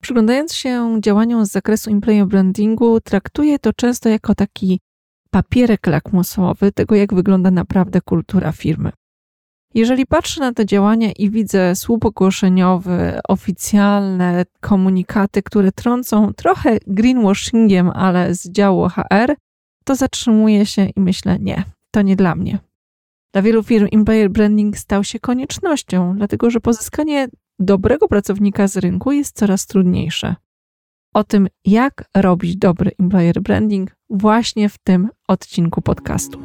Przyglądając się działaniom z zakresu employer brandingu, traktuję to często jako taki papierek lakmusowy tego, jak wygląda naprawdę kultura firmy. Jeżeli patrzę na te działania i widzę słup ogłoszeniowy, oficjalne komunikaty, które trącą trochę greenwashingiem, ale z działu HR, to zatrzymuję się i myślę, nie, to nie dla mnie. Dla wielu firm employer branding stał się koniecznością, dlatego że pozyskanie dobrego pracownika z rynku jest coraz trudniejsze. O tym, jak robić dobry employer branding, właśnie w tym odcinku podcastu.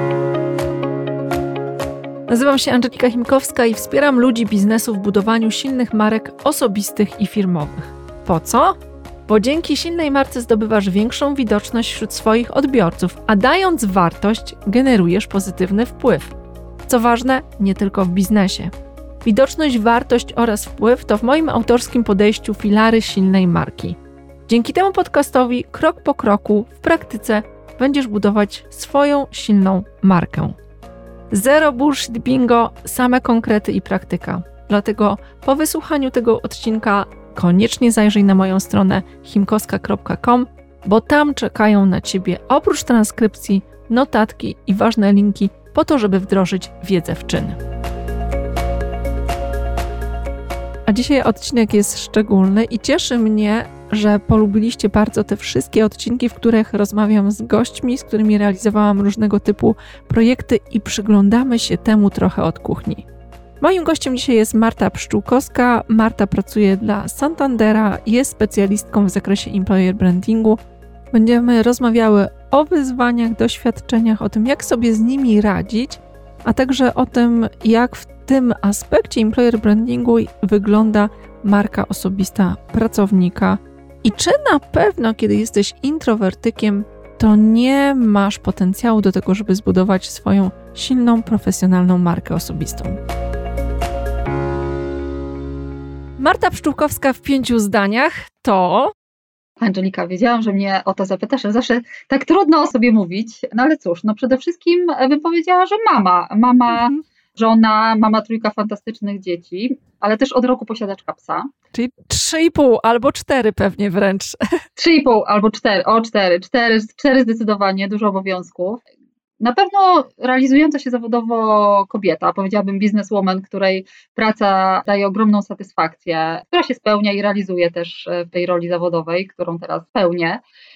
Nazywam się Angelika Chimkowska i wspieram ludzi biznesu w budowaniu silnych marek osobistych i firmowych. Po co? Bo dzięki silnej marce zdobywasz większą widoczność wśród swoich odbiorców, a dając wartość, generujesz pozytywny wpływ. Co ważne, nie tylko w biznesie. Widoczność, wartość oraz wpływ to w moim autorskim podejściu filary silnej marki. Dzięki temu podcastowi krok po kroku w praktyce będziesz budować swoją silną markę. Zero bullshit bingo, same konkrety i praktyka. Dlatego po wysłuchaniu tego odcinka koniecznie zajrzyj na moją stronę chimkowska.com, bo tam czekają na Ciebie oprócz transkrypcji, notatki i ważne linki po to, żeby wdrożyć wiedzę w czyn. A dzisiaj odcinek jest szczególny i cieszy mnie, że polubiliście bardzo te wszystkie odcinki, w których rozmawiam z gośćmi, z którymi realizowałam różnego typu projekty i przyglądamy się temu trochę od kuchni. Moim gościem dzisiaj jest Marta Pszczółkowska. Marta pracuje dla Santandera, jest specjalistką w zakresie employer brandingu. Będziemy rozmawiały o wyzwaniach, doświadczeniach, o tym, jak sobie z nimi radzić, a także o tym, jak w tym aspekcie employer brandingu wygląda marka osobista pracownika i czy na pewno, kiedy jesteś introwertykiem, to nie masz potencjału do tego, żeby zbudować swoją silną, profesjonalną markę osobistą. Marta Pszczółkowska w 5 zdaniach to... Angelika, wiedziałam, że mnie o to zapytasz, ale zawsze tak trudno o sobie mówić. No ale cóż, przede wszystkim bym powiedziała, że mama, żona, mama 3 fantastycznych dzieci, ale też od roku posiadaczka psa. Czyli 3,5 albo 4 pewnie wręcz. 3,5 albo 4, 4 zdecydowanie, dużo obowiązków. Na pewno realizująca się zawodowo kobieta, powiedziałabym bizneswoman, której praca daje ogromną satysfakcję, która się spełnia i realizuje też w tej roli zawodowej, którą teraz pełnię.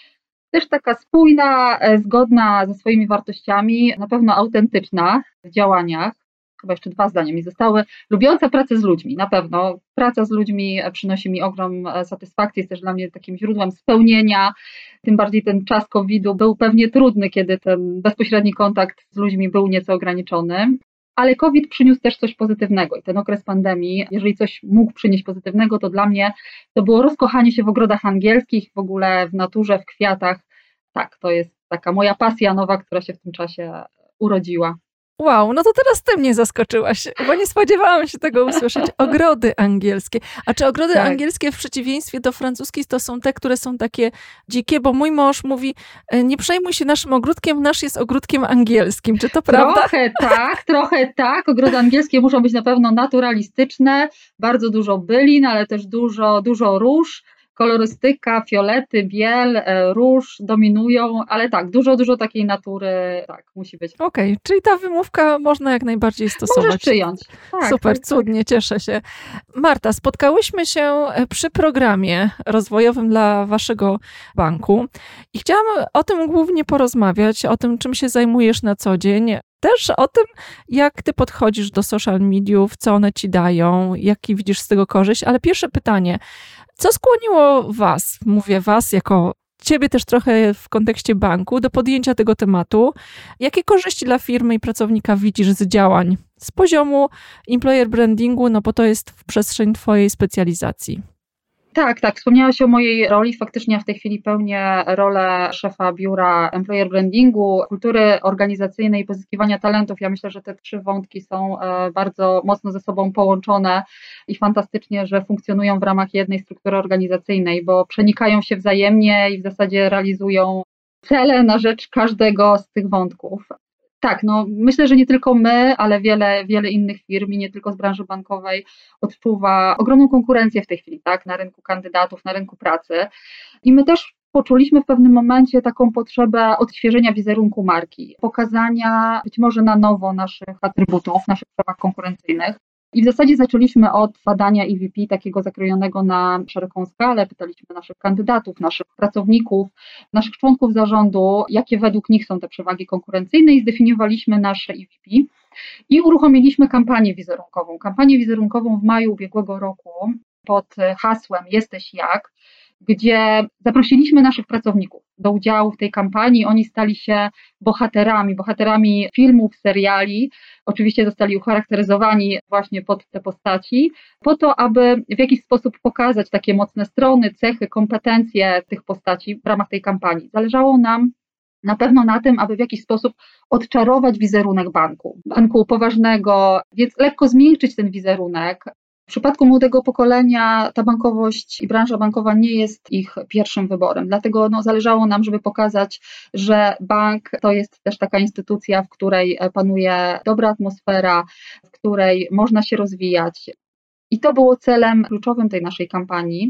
Też taka spójna, zgodna ze swoimi wartościami, na pewno autentyczna w działaniach. Chyba jeszcze 2 zdania mi zostały. Lubiąca pracę z ludźmi, na pewno. Praca z ludźmi przynosi mi ogrom satysfakcji, jest też dla mnie takim źródłem spełnienia. Tym bardziej ten czas COVID-u był pewnie trudny, kiedy ten bezpośredni kontakt z ludźmi był nieco ograniczony. Ale COVID przyniósł też coś pozytywnego i ten okres pandemii, jeżeli coś mógł przynieść pozytywnego, to dla mnie to było rozkochanie się w ogrodach angielskich, w ogóle w naturze, w kwiatach. Tak, to jest taka moja pasja nowa, która się w tym czasie urodziła. Wow, no to teraz ty mnie zaskoczyłaś, bo nie spodziewałam się tego usłyszeć. Ogrody angielskie. A czy ogrody angielskie w przeciwieństwie do francuskich to są te, które są takie dzikie? Bo mój mąż mówi, nie przejmuj się naszym ogródkiem, nasz jest ogródkiem angielskim. Czy to prawda? Trochę tak. Ogrody angielskie muszą być na pewno naturalistyczne, bardzo dużo bylin, ale też dużo róż. Kolorystyka, fiolety, biel, róż dominują, ale tak, dużo takiej natury musi być. Okej, czyli ta wymówka można jak najbardziej stosować. Możesz przyjąć. Tak, super, cudnie, cieszę się. Marta, spotkałyśmy się przy programie rozwojowym dla waszego banku i chciałam o tym głównie porozmawiać, o tym, czym się zajmujesz na co dzień. Też o tym, jak ty podchodzisz do social mediów, co one ci dają, jaki widzisz z tego korzyść, ale pierwsze pytanie, co skłoniło was, mówię was jako ciebie też trochę w kontekście banku, do podjęcia tego tematu? Jakie korzyści dla firmy i pracownika widzisz z działań z poziomu employer brandingu, no bo to jest w przestrzeń twojej specjalizacji? Tak. Wspomniałaś o mojej roli. Faktycznie w tej chwili pełnię rolę szefa biura employer brandingu, kultury organizacyjnej i pozyskiwania talentów. Ja myślę, że te 3 wątki są bardzo mocno ze sobą połączone i fantastycznie, że funkcjonują w ramach jednej struktury organizacyjnej, bo przenikają się wzajemnie i w zasadzie realizują cele na rzecz każdego z tych wątków. Tak, no myślę, że nie tylko my, ale wiele innych firm i nie tylko z branży bankowej odczuwa ogromną konkurencję w tej chwili, tak, na rynku kandydatów, na rynku pracy. I my też poczuliśmy w pewnym momencie taką potrzebę odświeżenia wizerunku marki, pokazania być może na nowo naszych atrybutów, naszych przewag konkurencyjnych. I w zasadzie zaczęliśmy od badania EVP takiego zakrojonego na szeroką skalę. Pytaliśmy naszych kandydatów, naszych pracowników, naszych członków zarządu, jakie według nich są te przewagi konkurencyjne i zdefiniowaliśmy nasze EVP. I uruchomiliśmy kampanię wizerunkową. Kampanię wizerunkową w maju ubiegłego roku pod hasłem Jesteś jak, gdzie zaprosiliśmy naszych pracowników do udziału w tej kampanii. Oni stali się bohaterami filmów, seriali. Oczywiście zostali ucharakteryzowani właśnie pod te postaci, po to, aby w jakiś sposób pokazać takie mocne strony, cechy, kompetencje tych postaci w ramach tej kampanii. Zależało nam na pewno na tym, aby w jakiś sposób odczarować wizerunek banku poważnego, więc lekko zmiękczyć ten wizerunek. W przypadku młodego pokolenia ta bankowość i branża bankowa nie jest ich pierwszym wyborem, dlatego zależało nam, żeby pokazać, że bank to jest też taka instytucja, w której panuje dobra atmosfera, w której można się rozwijać. I to było celem kluczowym tej naszej kampanii.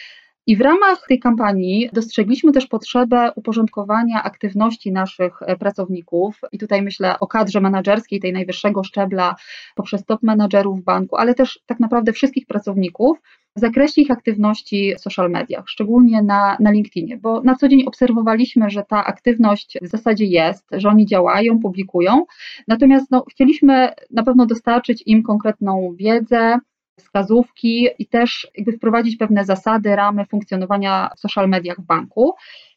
I w ramach tej kampanii dostrzegliśmy też potrzebę uporządkowania aktywności naszych pracowników i tutaj myślę o kadrze menedżerskiej, tej najwyższego szczebla, poprzez top menedżerów w banku, ale też tak naprawdę wszystkich pracowników w zakresie ich aktywności w social mediach, szczególnie na LinkedInie, bo na co dzień obserwowaliśmy, że ta aktywność w zasadzie jest, że oni działają, publikują, natomiast chcieliśmy na pewno dostarczyć im konkretną wiedzę, wskazówki i też wprowadzić pewne zasady, ramy funkcjonowania w social mediach w banku.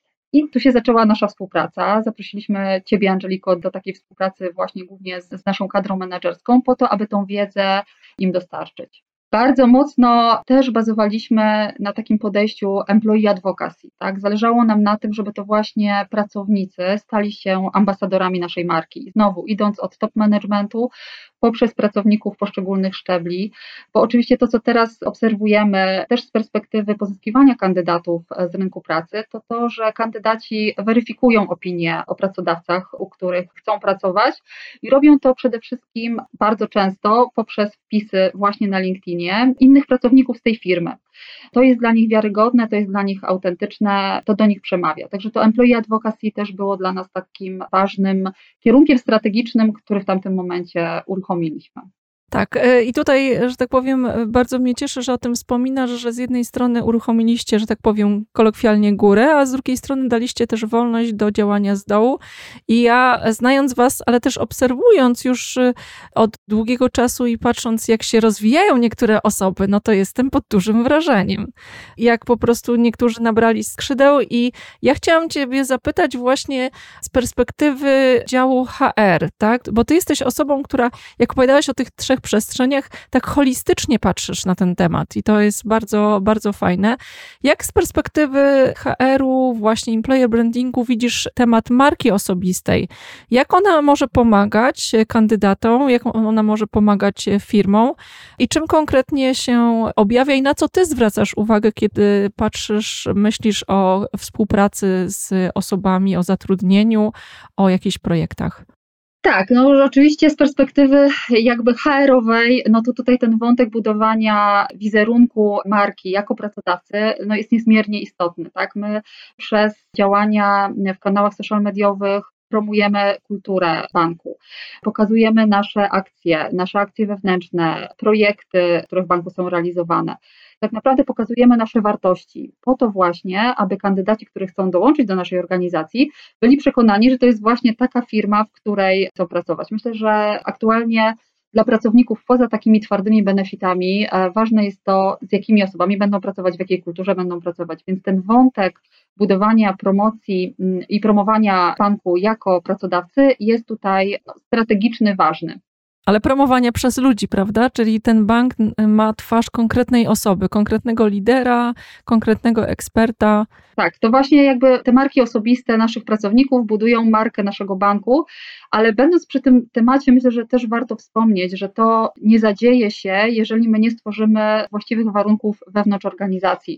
I tu się zaczęła nasza współpraca. Zaprosiliśmy Ciebie, Angeliko, do takiej współpracy właśnie głównie z naszą kadrą menedżerską, po to, aby tą wiedzę im dostarczyć. Bardzo mocno też bazowaliśmy na takim podejściu employee advocacy. Tak? Zależało nam na tym, żeby to właśnie pracownicy stali się ambasadorami naszej marki. Znowu idąc od top managementu poprzez pracowników poszczególnych szczebli, bo oczywiście to, co teraz obserwujemy też z perspektywy pozyskiwania kandydatów z rynku pracy, to to, że kandydaci weryfikują opinie o pracodawcach, u których chcą pracować i robią to przede wszystkim bardzo często poprzez wpisy właśnie na LinkedInie innych pracowników z tej firmy. To jest dla nich wiarygodne, to jest dla nich autentyczne, to do nich przemawia. Także to employee advocacy też było dla nas takim ważnym kierunkiem strategicznym, który w tamtym momencie uruchomiliśmy. Tak, i tutaj, że tak powiem, bardzo mnie cieszy, że o tym wspominasz, że z jednej strony uruchomiliście, że tak powiem, kolokwialnie górę, a z drugiej strony daliście też wolność do działania z dołu. I ja, znając was, ale też obserwując już od długiego czasu i patrząc, jak się rozwijają niektóre osoby, no to jestem pod dużym wrażeniem. Jak po prostu niektórzy nabrali skrzydeł i ja chciałam ciebie zapytać właśnie z perspektywy działu HR, tak? Bo ty jesteś osobą, która, jak opowiadałaś o tych 3 przestrzeniach, tak holistycznie patrzysz na ten temat i to jest bardzo, bardzo fajne. Jak z perspektywy HR-u, właśnie employer brandingu widzisz temat marki osobistej? Jak ona może pomagać kandydatom, jak ona może pomagać firmom i czym konkretnie się objawia i na co ty zwracasz uwagę, kiedy patrzysz, myślisz o współpracy z osobami, o zatrudnieniu, o jakichś projektach? Tak, oczywiście z perspektywy HR-owej, to tutaj ten wątek budowania wizerunku marki jako pracodawcy, jest niezmiernie istotny, tak? My przez działania w kanałach social mediowych promujemy kulturę banku, pokazujemy nasze akcje wewnętrzne, projekty, które w banku są realizowane. Tak naprawdę pokazujemy nasze wartości po to właśnie, aby kandydaci, którzy chcą dołączyć do naszej organizacji, byli przekonani, że to jest właśnie taka firma, w której chcą pracować. Myślę, że aktualnie dla pracowników poza takimi twardymi benefitami ważne jest to, z jakimi osobami będą pracować, w jakiej kulturze będą pracować, więc ten wątek budowania promocji i promowania banku jako pracodawcy jest tutaj strategiczny, ważny. Ale promowanie przez ludzi, prawda? Czyli ten bank ma twarz konkretnej osoby, konkretnego lidera, konkretnego eksperta. Tak, to właśnie te marki osobiste naszych pracowników budują markę naszego banku, ale będąc przy tym temacie, myślę, że też warto wspomnieć, że to nie zadzieje się, jeżeli my nie stworzymy właściwych warunków wewnątrz organizacji.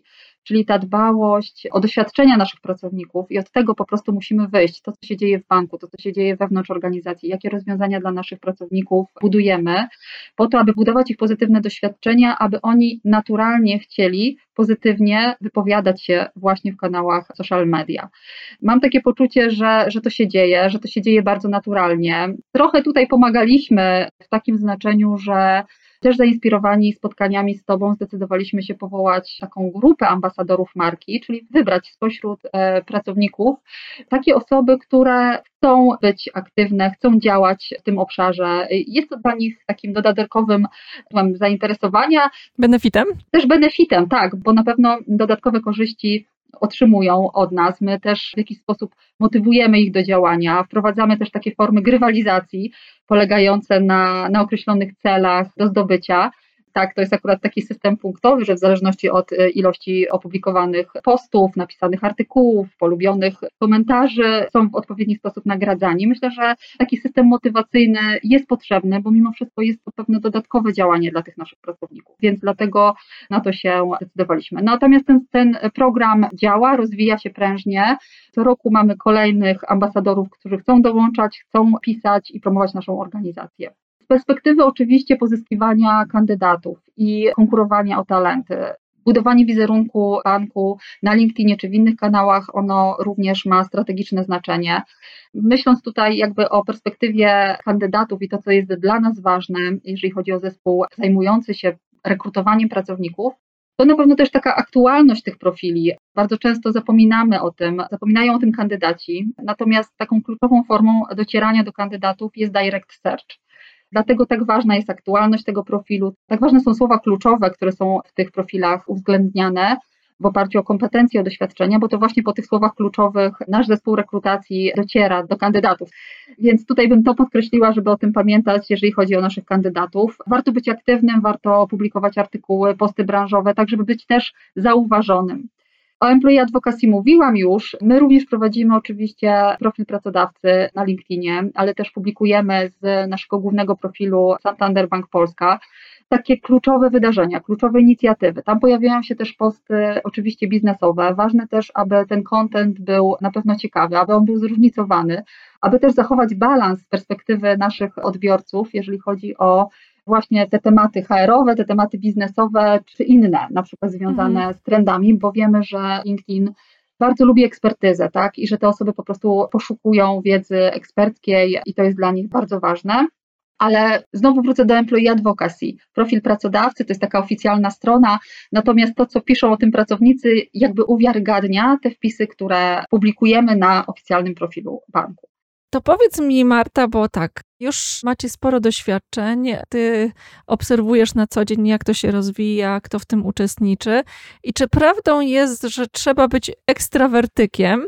czyli ta dbałość o doświadczenia naszych pracowników i od tego po prostu musimy wyjść. To, co się dzieje w banku, to, co się dzieje wewnątrz organizacji, jakie rozwiązania dla naszych pracowników budujemy, po to, aby budować ich pozytywne doświadczenia, aby oni naturalnie chcieli pozytywnie wypowiadać się właśnie w kanałach social media. Mam takie poczucie, że to się dzieje bardzo naturalnie. Trochę tutaj pomagaliśmy w takim znaczeniu, że też zainspirowani spotkaniami z Tobą zdecydowaliśmy się powołać taką grupę ambasadorów marki, czyli wybrać spośród pracowników takie osoby, które chcą być aktywne, chcą działać w tym obszarze. Jest to dla nich takim dodatkowym zainteresowania. Benefitem? Też benefitem, tak, bo na pewno dodatkowe korzyści otrzymują od nas. My też w jakiś sposób motywujemy ich do działania, wprowadzamy też takie formy grywalizacji polegające na określonych celach do zdobycia. Tak, to jest akurat taki system punktowy, że w zależności od ilości opublikowanych postów, napisanych artykułów, polubionych komentarzy są w odpowiedni sposób nagradzani. Myślę, że taki system motywacyjny jest potrzebny, bo mimo wszystko jest to pewne dodatkowe działanie dla tych naszych pracowników, więc dlatego na to się zdecydowaliśmy. Natomiast ten program działa, rozwija się prężnie. Co roku mamy kolejnych ambasadorów, którzy chcą dołączać, chcą pisać i promować naszą organizację. Z perspektywy oczywiście pozyskiwania kandydatów i konkurowania o talenty, budowanie wizerunku banku na LinkedInie czy w innych kanałach, ono również ma strategiczne znaczenie. Myśląc tutaj jakby o perspektywie kandydatów i to, co jest dla nas ważne, jeżeli chodzi o zespół zajmujący się rekrutowaniem pracowników, to na pewno też taka aktualność tych profili. Bardzo często zapominają o tym kandydaci, natomiast taką kluczową formą docierania do kandydatów jest direct search. Dlatego tak ważna jest aktualność tego profilu, tak ważne są słowa kluczowe, które są w tych profilach uwzględniane w oparciu o kompetencje, o doświadczenia, bo to właśnie po tych słowach kluczowych nasz zespół rekrutacji dociera do kandydatów. Więc tutaj bym to podkreśliła, żeby o tym pamiętać, jeżeli chodzi o naszych kandydatów. Warto być aktywnym, warto publikować artykuły, posty branżowe, tak żeby być też zauważonym. O Employee Advocacy mówiłam już. My również prowadzimy oczywiście profil pracodawcy na LinkedInie, ale też publikujemy z naszego głównego profilu Santander Bank Polska takie kluczowe wydarzenia, kluczowe inicjatywy. Tam pojawiają się też posty oczywiście biznesowe. Ważne też, aby ten content był na pewno ciekawy, aby on był zróżnicowany, aby też zachować balans z perspektywy naszych odbiorców, jeżeli chodzi o właśnie te tematy HR-owe, te tematy biznesowe, czy inne, na przykład związane z trendami, bo wiemy, że LinkedIn bardzo lubi ekspertyzę, tak? I że te osoby po prostu poszukują wiedzy eksperckiej i to jest dla nich bardzo ważne. Ale znowu wrócę do Employee Advocacy. Profil pracodawcy to jest taka oficjalna strona, natomiast to, co piszą o tym pracownicy, jakby uwiarygadnia te wpisy, które publikujemy na oficjalnym profilu banku. To powiedz mi, Marta, bo tak, już macie sporo doświadczeń, ty obserwujesz na co dzień, jak to się rozwija, kto w tym uczestniczy i czy prawdą jest, że trzeba być ekstrawertykiem,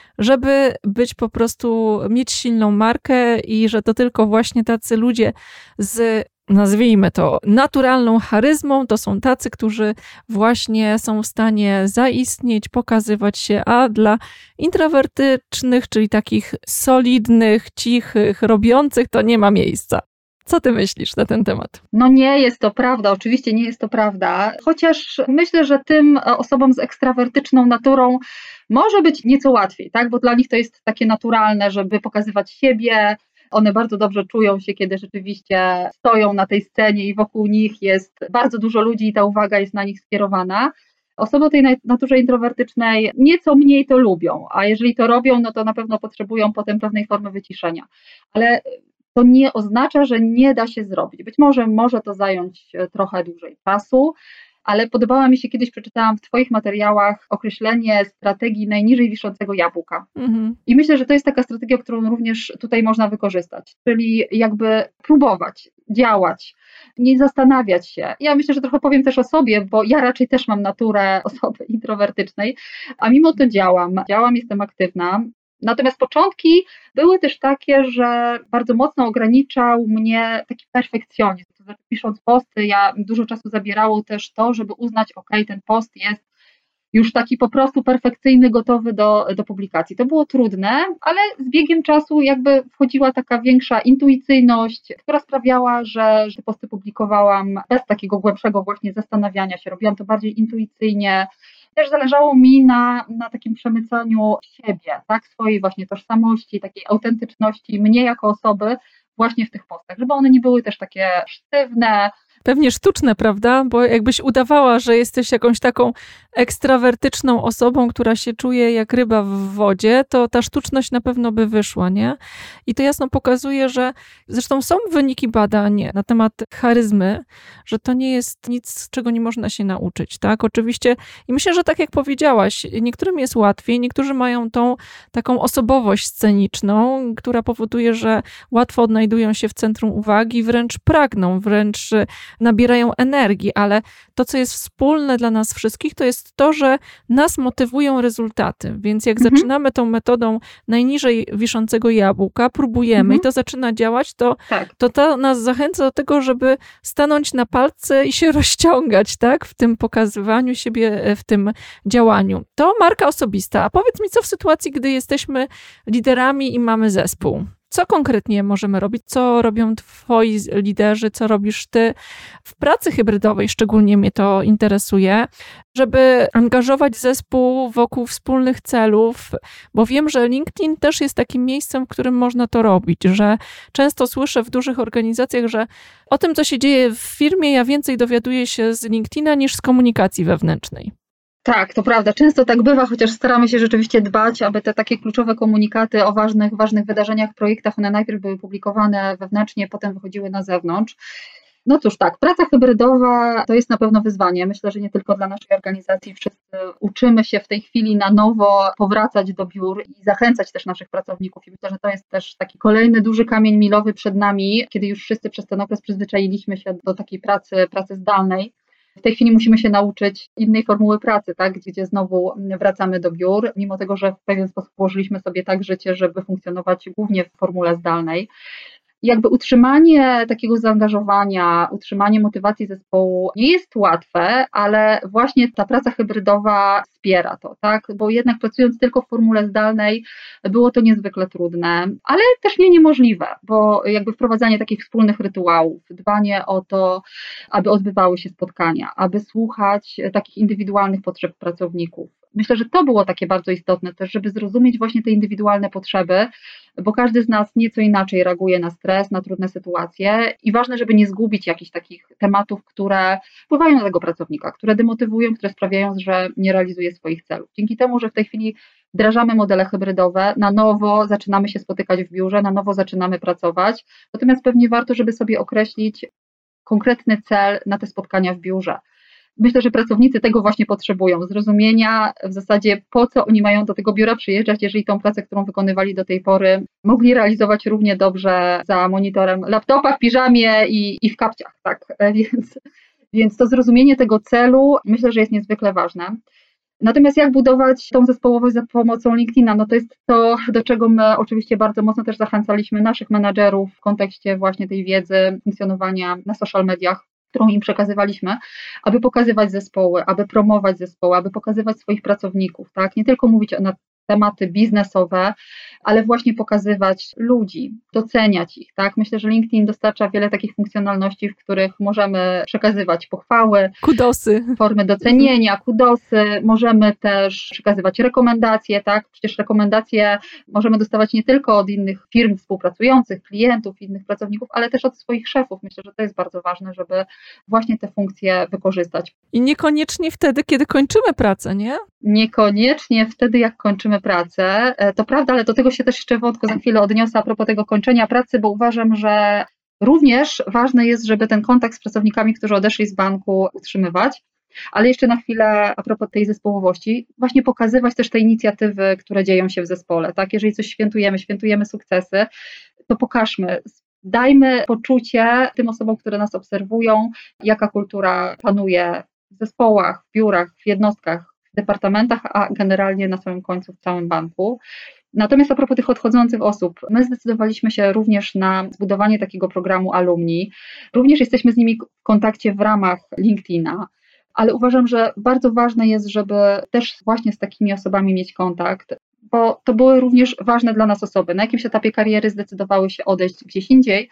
żeby być po prostu, mieć silną markę i że to tylko właśnie tacy ludzie z, nazwijmy to, naturalną charyzmą, to są tacy, którzy właśnie są w stanie zaistnieć, pokazywać się, a dla introwertycznych, czyli takich solidnych, cichych, robiących, to nie ma miejsca. Co ty myślisz na ten temat? No nie jest to prawda, oczywiście nie jest to prawda, chociaż myślę, że tym osobom z ekstrawertyczną naturą może być nieco łatwiej, tak? Bo dla nich to jest takie naturalne, żeby pokazywać siebie. One bardzo dobrze czują się, kiedy rzeczywiście stoją na tej scenie i wokół nich jest bardzo dużo ludzi i ta uwaga jest na nich skierowana. Osoby o tej naturze introwertycznej nieco mniej to lubią, a jeżeli to robią, no to na pewno potrzebują potem pewnej formy wyciszenia. Ale to nie oznacza, że nie da się zrobić. Być może to zająć trochę dłużej czasu, ale podobała mi się, kiedyś przeczytałam w Twoich materiałach określenie strategii najniżej wiszącego jabłka. I myślę, że to jest taka strategia, którą również tutaj można wykorzystać, czyli jakby próbować, działać, nie zastanawiać się. Ja myślę, że trochę powiem też o sobie, bo ja raczej też mam naturę osoby introwertycznej, a mimo to działam, jestem aktywna. Natomiast początki były też takie, że bardzo mocno ograniczał mnie taki perfekcjonizm. To znaczy, pisząc posty, dużo czasu zabierało też to, żeby uznać, ten post jest już taki po prostu perfekcyjny, gotowy do publikacji. To było trudne, ale z biegiem czasu jakby wchodziła taka większa intuicyjność, która sprawiała, że te posty publikowałam bez takiego głębszego właśnie zastanawiania się. Robiłam to bardziej intuicyjnie, Też zależało mi na takim przemycaniu siebie, tak, swojej właśnie tożsamości, takiej autentyczności mnie jako osoby właśnie w tych postach, żeby one nie były też takie sztywne. Pewnie sztuczne, prawda? Bo jakbyś udawała, że jesteś jakąś taką ekstrawertyczną osobą, która się czuje jak ryba w wodzie, to ta sztuczność na pewno by wyszła, nie? I to jasno pokazuje, że zresztą są wyniki badań na temat charyzmy, że to nie jest nic, czego nie można się nauczyć, tak? Oczywiście i myślę, że tak jak powiedziałaś, niektórym jest łatwiej, niektórzy mają tą taką osobowość sceniczną, która powoduje, że łatwo odnajdują się w centrum uwagi, wręcz pragną, wręcz nabierają energii, ale to, co jest wspólne dla nas wszystkich, to jest to, że nas motywują rezultaty. Więc jak zaczynamy tą metodą najniżej wiszącego jabłka, próbujemy i to zaczyna działać, to nas zachęca do tego, żeby stanąć na palce i się rozciągać, tak? W tym pokazywaniu siebie, w tym działaniu. To marka osobista. A powiedz mi, co w sytuacji, gdy jesteśmy liderami i mamy zespół? Co konkretnie możemy robić? Co robią twoi liderzy? Co robisz ty? W pracy hybrydowej szczególnie mnie to interesuje, żeby angażować zespół wokół wspólnych celów, bo wiem, że LinkedIn też jest takim miejscem, w którym można to robić, że często słyszę w dużych organizacjach, że o tym, co się dzieje w firmie, ja więcej dowiaduję się z LinkedIna niż z komunikacji wewnętrznej. Tak, to prawda. Często tak bywa, chociaż staramy się rzeczywiście dbać, aby te takie kluczowe komunikaty o ważnych wydarzeniach, projektach, one najpierw były publikowane wewnętrznie, potem wychodziły na zewnątrz. No cóż, tak, praca hybrydowa to jest na pewno wyzwanie. Myślę, że nie tylko dla naszej organizacji. Wszyscy uczymy się w tej chwili na nowo powracać do biur i zachęcać też naszych pracowników. I myślę, że to jest też taki kolejny duży kamień milowy przed nami, kiedy już wszyscy przez ten okres przyzwyczailiśmy się do takiej pracy zdalnej. W tej chwili musimy się nauczyć innej formuły pracy, tak, gdzie znowu wracamy do biur, mimo tego, że w pewien sposób ułożyliśmy sobie tak życie, żeby funkcjonować głównie w formule zdalnej. Jakby utrzymanie takiego zaangażowania, utrzymanie motywacji zespołu nie jest łatwe, ale właśnie ta praca hybrydowa wspiera to, tak? Bo jednak pracując tylko w formule zdalnej było to niezwykle trudne, ale też nie niemożliwe, bo jakby wprowadzanie takich wspólnych rytuałów, dbanie o to, aby odbywały się spotkania, aby słuchać takich indywidualnych potrzeb pracowników. Myślę, że to było takie bardzo istotne też, żeby zrozumieć właśnie te indywidualne potrzeby, bo każdy z nas nieco inaczej reaguje na stres, na trudne sytuacje i ważne, żeby nie zgubić jakichś takich tematów, które wpływają na tego pracownika, które demotywują, które sprawiają, że nie realizuje swoich celów. Dzięki temu, że w tej chwili wdrażamy modele hybrydowe, na nowo zaczynamy się spotykać w biurze, na nowo zaczynamy pracować, natomiast pewnie warto, żeby sobie określić konkretny cel na te spotkania w biurze. Myślę, że pracownicy tego właśnie potrzebują, zrozumienia w zasadzie po co oni mają do tego biura przyjeżdżać, jeżeli tą pracę, którą wykonywali do tej pory, mogli realizować równie dobrze za monitorem laptopa, w piżamie i w kapciach, tak, więc to zrozumienie tego celu myślę, że jest niezwykle ważne. Natomiast jak budować tą zespołowość za pomocą LinkedIna? No to jest to, do czego my oczywiście bardzo mocno też zachęcaliśmy naszych menadżerów w kontekście właśnie tej wiedzy, funkcjonowania na social mediach, którą im przekazywaliśmy, aby pokazywać zespoły, aby promować zespoły, aby pokazywać swoich pracowników, tak? Nie tylko mówić na tematy biznesowe, ale właśnie pokazywać ludzi, doceniać ich, tak? Myślę, że LinkedIn dostarcza wiele takich funkcjonalności, w których możemy przekazywać pochwały, kudosy, formy docenienia, kudosy, możemy też przekazywać rekomendacje, tak? Przecież rekomendacje możemy dostawać nie tylko od innych firm współpracujących, klientów, innych pracowników, ale też od swoich szefów. Myślę, że to jest bardzo ważne, żeby właśnie te funkcje wykorzystać. I niekoniecznie wtedy, kiedy kończymy pracę, nie? Niekoniecznie wtedy, jak kończymy pracę. To prawda, ale do tego się też jeszcze wątko za chwilę odniosę a propos tego kończenia pracy, bo uważam, że również ważne jest, żeby ten kontakt z pracownikami, którzy odeszli z banku, utrzymywać. Ale jeszcze na chwilę a propos tej zespołowości, właśnie pokazywać też te inicjatywy, które dzieją się w zespole. Tak? Jeżeli coś świętujemy sukcesy, to pokażmy, dajmy poczucie tym osobom, które nas obserwują, jaka kultura panuje w zespołach, w biurach, w jednostkach, w departamentach, a generalnie na samym końcu w całym banku. Natomiast a propos tych odchodzących osób, my zdecydowaliśmy się również na zbudowanie takiego programu alumni. Również jesteśmy z nimi w kontakcie w ramach LinkedIna, ale uważam, że bardzo ważne jest, żeby też właśnie z takimi osobami mieć kontakt, bo to były również ważne dla nas osoby. Na jakimś etapie kariery zdecydowały się odejść gdzieś indziej,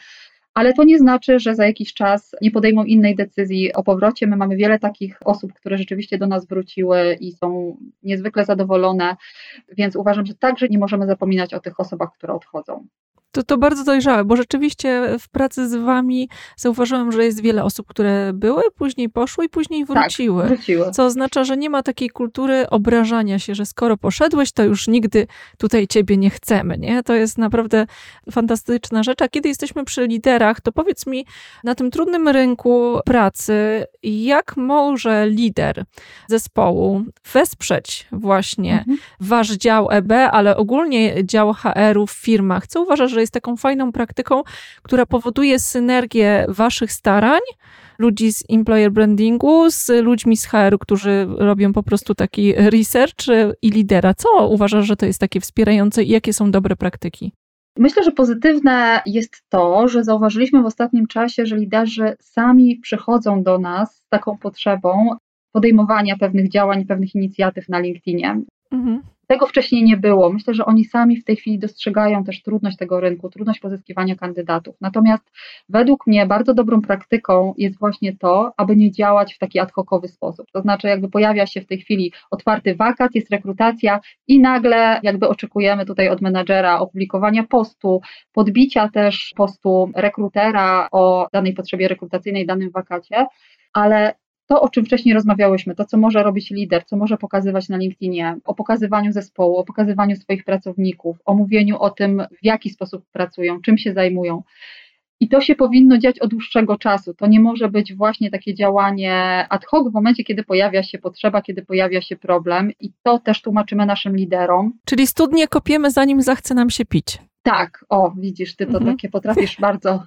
ale to nie znaczy, że za jakiś czas nie podejmą innej decyzji o powrocie. My mamy wiele takich osób, które rzeczywiście do nas wróciły i są niezwykle zadowolone, więc uważam, że także nie możemy zapominać o tych osobach, które odchodzą. To bardzo dojrzałe, bo rzeczywiście w pracy z wami zauważyłam, że jest wiele osób, które były, później poszły i później wróciły. Tak, wróciły. Co oznacza, że nie ma takiej kultury obrażania się, że skoro poszedłeś, to już nigdy tutaj ciebie nie chcemy, nie? To jest naprawdę fantastyczna rzecz. A kiedy jesteśmy przy liderach, to powiedz mi, na tym trudnym rynku pracy, jak może lider zespołu wesprzeć właśnie wasz dział EB, ale ogólnie dział HR-u w firmach? Co uważasz, że jest taką fajną praktyką, która powoduje synergię waszych starań, ludzi z employer brandingu, z ludźmi z HR-u, którzy robią po prostu taki research i lidera. Co uważasz, że to jest takie wspierające i jakie są dobre praktyki? Myślę, że pozytywne jest to, że zauważyliśmy w ostatnim czasie, że liderzy sami przychodzą do nas z taką potrzebą podejmowania pewnych działań, pewnych inicjatyw na LinkedInie. Tego wcześniej nie było. Myślę, że oni sami w tej chwili dostrzegają też trudność tego rynku, trudność pozyskiwania kandydatów. Natomiast według mnie bardzo dobrą praktyką jest właśnie to, aby nie działać w taki ad hocowy sposób. To znaczy jakby pojawia się w tej chwili otwarty wakat, jest rekrutacja i nagle jakby oczekujemy tutaj od menadżera opublikowania postu, podbicia też postu rekrutera o danej potrzebie rekrutacyjnej, danym wakacie, ale to, o czym wcześniej rozmawiałyśmy, to, co może robić lider, co może pokazywać na LinkedInie, o pokazywaniu zespołu, o pokazywaniu swoich pracowników, o mówieniu o tym, w jaki sposób pracują, czym się zajmują. I to się powinno dziać od dłuższego czasu. To nie może być właśnie takie działanie ad hoc w momencie, kiedy pojawia się potrzeba, kiedy pojawia się problem. I to też tłumaczymy naszym liderom. Czyli studnie kopiemy, zanim zachce nam się pić. Tak, o widzisz, ty to takie potrafisz bardzo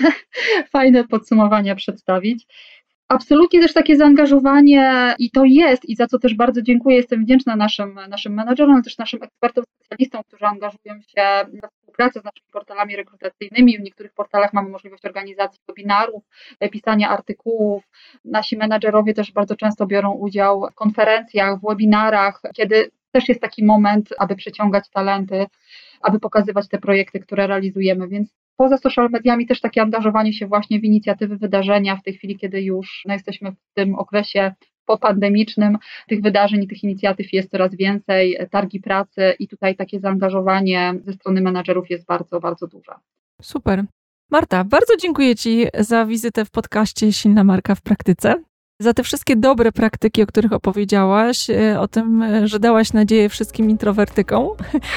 fajne podsumowania przedstawić. Absolutnie też takie zaangażowanie i to jest i za co też bardzo dziękuję, jestem wdzięczna naszym menadżerom, ale też naszym ekspertom, specjalistom, którzy angażują się we współpracę z naszymi portalami rekrutacyjnymi. W niektórych portalach mamy możliwość organizacji webinarów, pisania artykułów. Nasi menadżerowie też bardzo często biorą udział w konferencjach, w webinarach, kiedy też jest taki moment, aby przyciągać talenty, aby pokazywać te projekty, które realizujemy, więc poza social mediami też takie angażowanie się właśnie w inicjatywy, wydarzenia w tej chwili, kiedy już jesteśmy w tym okresie popandemicznym, tych wydarzeń i tych inicjatyw jest coraz więcej, targi pracy i tutaj takie zaangażowanie ze strony menadżerów jest bardzo, bardzo duże. Super. Marta, bardzo dziękuję Ci za wizytę w podcaście Silna Marka w Praktyce. Za te wszystkie dobre praktyki, o których opowiedziałaś, o tym, że dałaś nadzieję wszystkim introwertykom,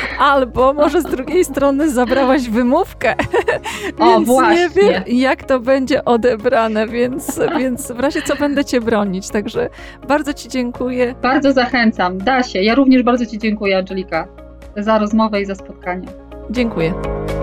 albo może z drugiej strony zabrałaś wymówkę, więc właśnie. Nie wiem, jak to będzie odebrane, więc w razie co będę Cię bronić, także bardzo Ci dziękuję. Bardzo zachęcam, da się. Ja również bardzo Ci dziękuję, Angelika, za rozmowę i za spotkanie. Dziękuję.